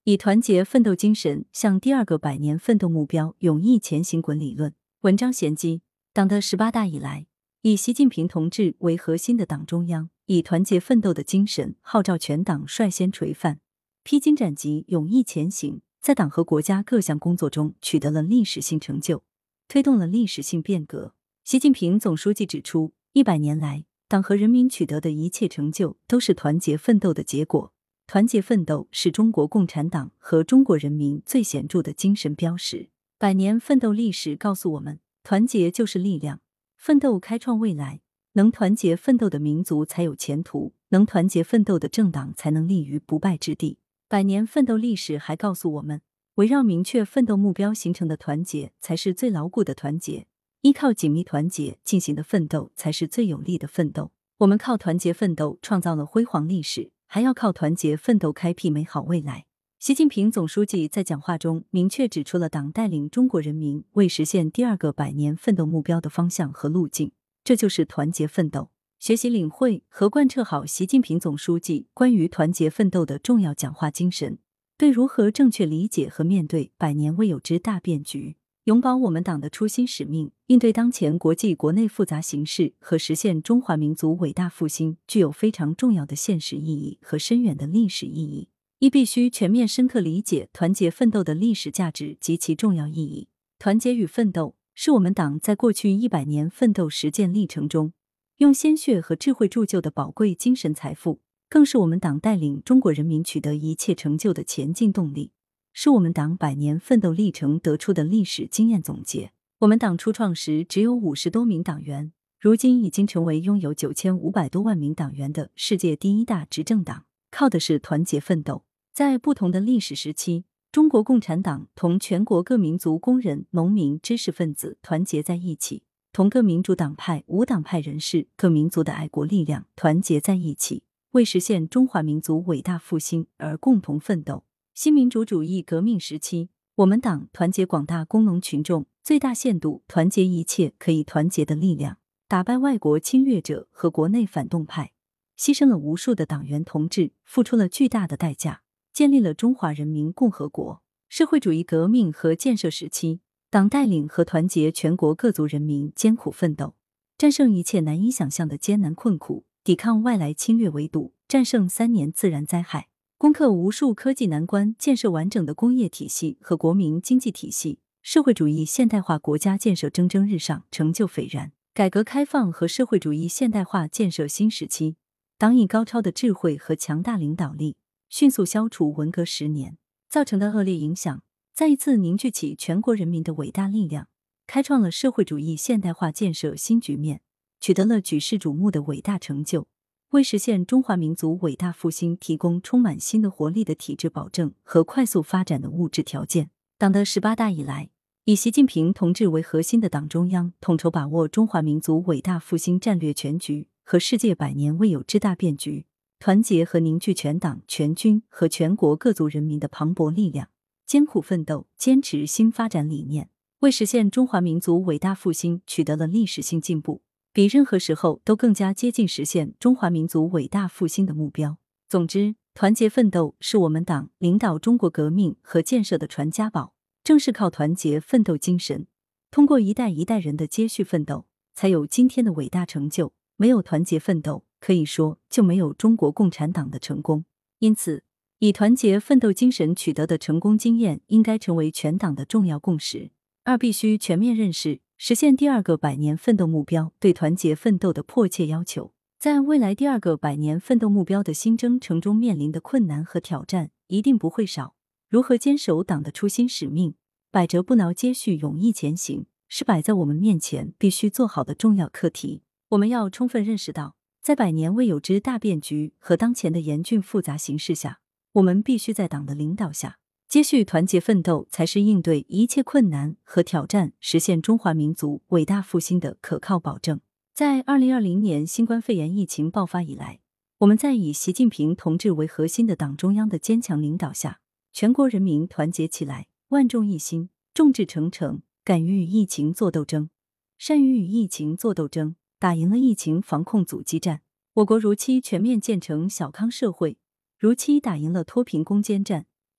以团结奋斗精神向第二个百年奋斗目标勇毅前行滚理论。文章衔辑：党的18大以来，以习近平同志为核心的党中央，以团结奋斗的精神号召全党率先垂范，披荆斩棘，勇毅前行，在党和国家各项工作中取得了历史性成就，推动了历史性变革。习近平总书记指出，100年来，党和人民取得的一切成就都是团结奋斗的结果。团结奋斗是中国共产党和中国人民最显著的精神标识。100年奋斗历史告诉我们，团结就是力量，奋斗开创未来，能团结奋斗的民族才有前途，能团结奋斗的政党才能立于不败之地。100年奋斗历史还告诉我们，围绕明确奋斗目标形成的团结才是最牢固的团结，依靠紧密团结进行的奋斗才是最有力的奋斗。我们靠团结奋斗创造了辉煌历史，还要靠团结奋斗开辟美好未来。习近平总书记在讲话中明确指出了党带领中国人民为实现第二个100年奋斗目标的方向和路径，这就是团结奋斗。学习领会和贯彻好习近平总书记关于团结奋斗的重要讲话精神，对如何正确理解和面对100年未有之大变局，永葆我们党的初心使命，应对当前国际国内复杂形势和实现中华民族伟大复兴，具有非常重要的现实意义和深远的历史意义。必须全面深刻理解团结奋斗的历史价值及其重要意义。团结与奋斗是我们党在过去100年奋斗实践历程中用鲜血和智慧铸就的宝贵精神财富，更是我们党带领中国人民取得一切成就的前进动力，是我们党100年奋斗历程得出的历史经验总结。我们党初创时只有50多名党员，如今已经成为拥有9500多万名党员的世界第一大执政党，靠的是团结奋斗。在不同的历史时期，中国共产党同全国各民族工人、农民、知识分子团结在一起，同各民主党派、无党派人士、各民族的爱国力量团结在一起，为实现中华民族伟大复兴而共同奋斗。新民主主义革命时期，我们党团结广大工农群众，最大限度团结一切可以团结的力量，打败外国侵略者和国内反动派，牺牲了无数的党员同志，付出了巨大的代价，建立了中华人民共和国。社会主义革命和建设时期，党带领和团结全国各族人民艰苦奋斗，战胜一切难以想象的艰难困苦，抵抗外来侵略围堵，战胜3年自然灾害，攻克无数科技难关，建设完整的工业体系和国民经济体系，社会主义现代化国家建设蒸蒸日上，成就斐然。改革开放和社会主义现代化建设新时期，党以高超的智慧和强大领导力，迅速消除文革10年造成的恶劣影响，再一次凝聚起全国人民的伟大力量，开创了社会主义现代化建设新局面，取得了举世瞩目的伟大成就，为实现中华民族伟大复兴提供充满新的活力的体制保证和快速发展的物质条件。党的18大以来，以习近平同志为核心的党中央统筹把握中华民族伟大复兴战略全局和世界100年未有之大变局，团结和凝聚全党全军和全国各族人民的磅礴力量，艰苦奋斗，坚持新发展理念，为实现中华民族伟大复兴取得了历史性进步，比任何时候都更加接近实现中华民族伟大复兴的目标。总之，团结奋斗是我们党领导中国革命和建设的传家宝，正是靠团结奋斗精神，通过一代一代人的接续奋斗，才有今天的伟大成就。没有团结奋斗，可以说就没有中国共产党的成功。因此，以团结奋斗精神取得的成功经验应该成为全党的重要共识。必须全面认识实现第二个100年奋斗目标对团结奋斗的迫切要求。在未来第二个100年奋斗目标的新征程中面临的困难和挑战一定不会少。如何坚守党的初心使命，百折不挠接续勇毅前行，是摆在我们面前必须做好的重要课题。我们要充分认识到，在100年未有之大变局和当前的严峻复杂形势下，我们必须在党的领导下接续团结奋斗，才是应对一切困难和挑战，实现中华民族伟大复兴的可靠保证。在2020年新冠肺炎疫情爆发以来，我们在以习近平同志为核心的党中央的坚强领导下，全国人民团结起来，万众一心，众志成城，敢于与疫情作斗争，善于与疫情作斗争，打赢了疫情防控阻击战。我国如期全面建成小康社会，如期打赢了脱贫攻坚战，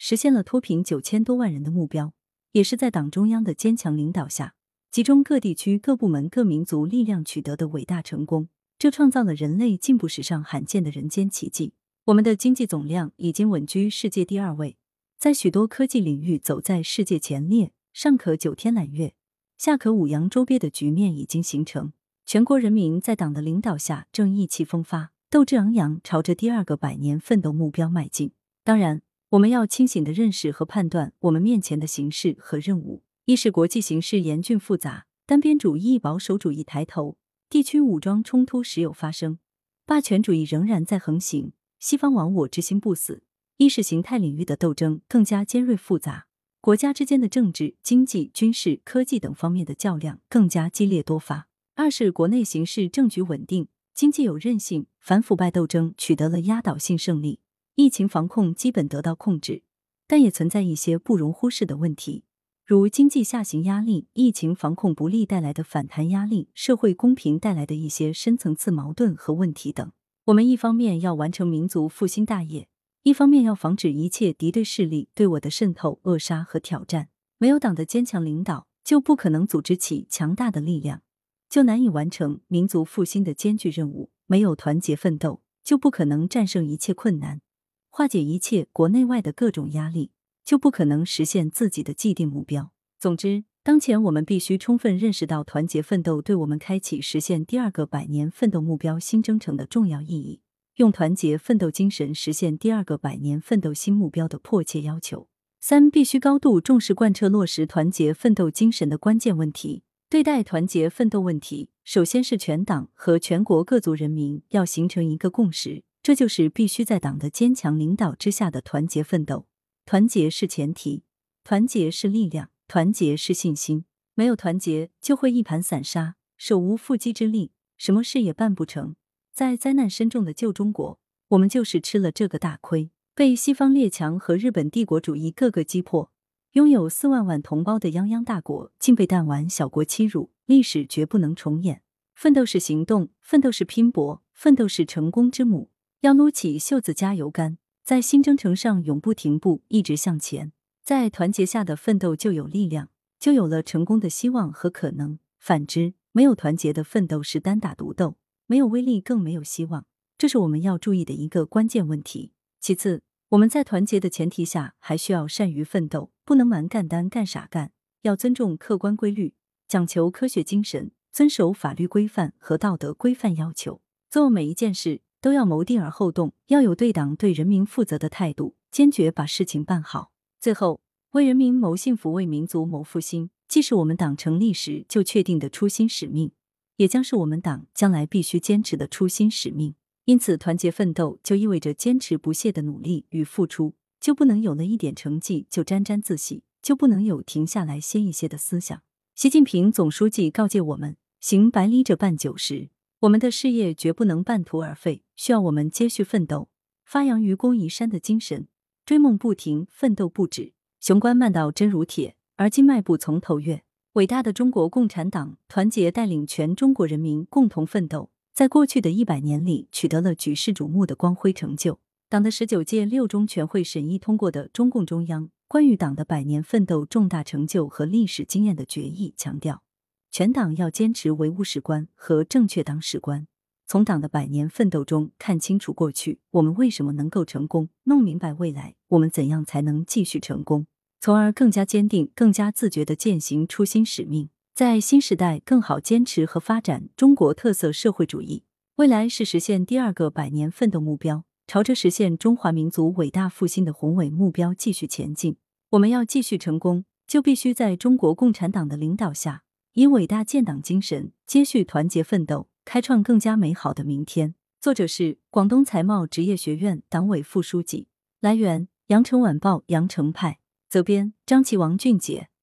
实现了脱贫9000多万人的目标，也是在党中央的坚强领导下，集中各地区各部门各民族力量取得的伟大成功。这创造了人类进步史上罕见的人间奇迹。我们的经济总量已经稳居世界第2位，在许多科技领域走在世界前列，上可9天揽月，下可5洋捉鳖的局面已经形成。全国人民在党的领导下正意气风发，斗志昂扬，朝着第2个百年奋斗目标迈进。当然，我们要清醒地认识和判断我们面前的形势和任务。一是国际形势严峻复杂，单边主义、保守主义抬头，地区武装冲突时有发生，霸权主义仍然在横行，西方亡我之心不死。意识形态领域的斗争更加尖锐复杂，国家之间的政治、经济、军事、科技等方面的较量更加激烈多发。二是国内形势政局稳定，经济有韧性，反腐败斗争取得了压倒性胜利，疫情防控基本得到控制，但也存在一些不容忽视的问题，如经济下行压力、疫情防控不力带来的反弹压力、社会公平带来的一些深层次矛盾和问题等。我们一方面要完成民族复兴大业，一方面要防止一切敌对势力对我的渗透、扼杀和挑战。没有党的坚强领导，就不可能组织起强大的力量，就难以完成民族复兴的艰巨任务。没有团结奋斗，就不可能战胜一切困难，化解一切国内外的各种压力，就不可能实现自己的既定目标。总之，当前我们必须充分认识到团结奋斗对我们开启实现第2个百年奋斗目标新征程的重要意义，用团结奋斗精神实现第2个百年奋斗新目标的迫切要求。3. 必须高度重视贯彻落实团结奋斗精神的关键问题。对待团结奋斗问题，首先是全党和全国各族人民要形成一个共识，这就是必须在党的坚强领导之下的团结奋斗。团结是前提，团结是力量，团结是信心。没有团结，就会一盘散沙，手无缚鸡之力，什么事也办不成。在灾难深重的旧中国，我们就是吃了这个大亏，被西方列强和日本帝国主义各个击破，拥有4万万同胞的泱泱大国，竟被弹丸小国欺辱，历史绝不能重演。奋斗是行动，奋斗是拼搏，奋斗是成功之母。要撸起袖子加油杆，在新征程上永不停步，一直向前。在团结下的奋斗就有力量，就有了成功的希望和可能。反之，没有团结的奋斗是单打独斗，没有威力，更没有希望。这是我们要注意的一个关键问题。其次，我们在团结的前提下，还需要善于奋斗，不能蛮干单干傻干，要尊重客观规律，讲求科学精神，遵守法律规范和道德规范要求。做每一件事都要谋定而后动，要有对党对人民负责的态度，坚决把事情办好。最后，为人民谋幸福，为民族谋复兴，既是我们党成立时就确定的初心使命，也将是我们党将来必须坚持的初心使命。因此，团结奋斗就意味着坚持不懈的努力与付出，就不能有了一点成绩就沾沾自喜，就不能有停下来歇一歇的思想。习近平总书记告诫我们，行百里者半90，我们的事业绝不能半途而废，需要我们接续奋斗，发扬愚公移山的精神，追梦不停，奋斗不止。雄关漫道真如铁，而今迈步从头越。伟大的中国共产党团结带领全中国人民共同奋斗，在过去的100年里取得了举世瞩目的光辉成就。党的19届6中全会审议通过的中共中央关于党的100年奋斗重大成就和历史经验的决议强调，全党要坚持唯物史观和正确党史观，从党的100年奋斗中看清楚过去我们为什么能够成功，弄明白未来我们怎样才能继续成功，从而更加坚定、更加自觉地践行初心使命，在新时代更好坚持和发展中国特色社会主义。未来是实现第2个100年奋斗目标，朝着实现中华民族伟大复兴的宏伟目标继续前进。我们要继续成功，就必须在中国共产党的领导下，以伟大建党精神接续团结奋斗，开创更加美好的明天。作者是广东财贸职业学院党委副书记。来源：羊城晚报羊城派。责编：张琪、王俊杰。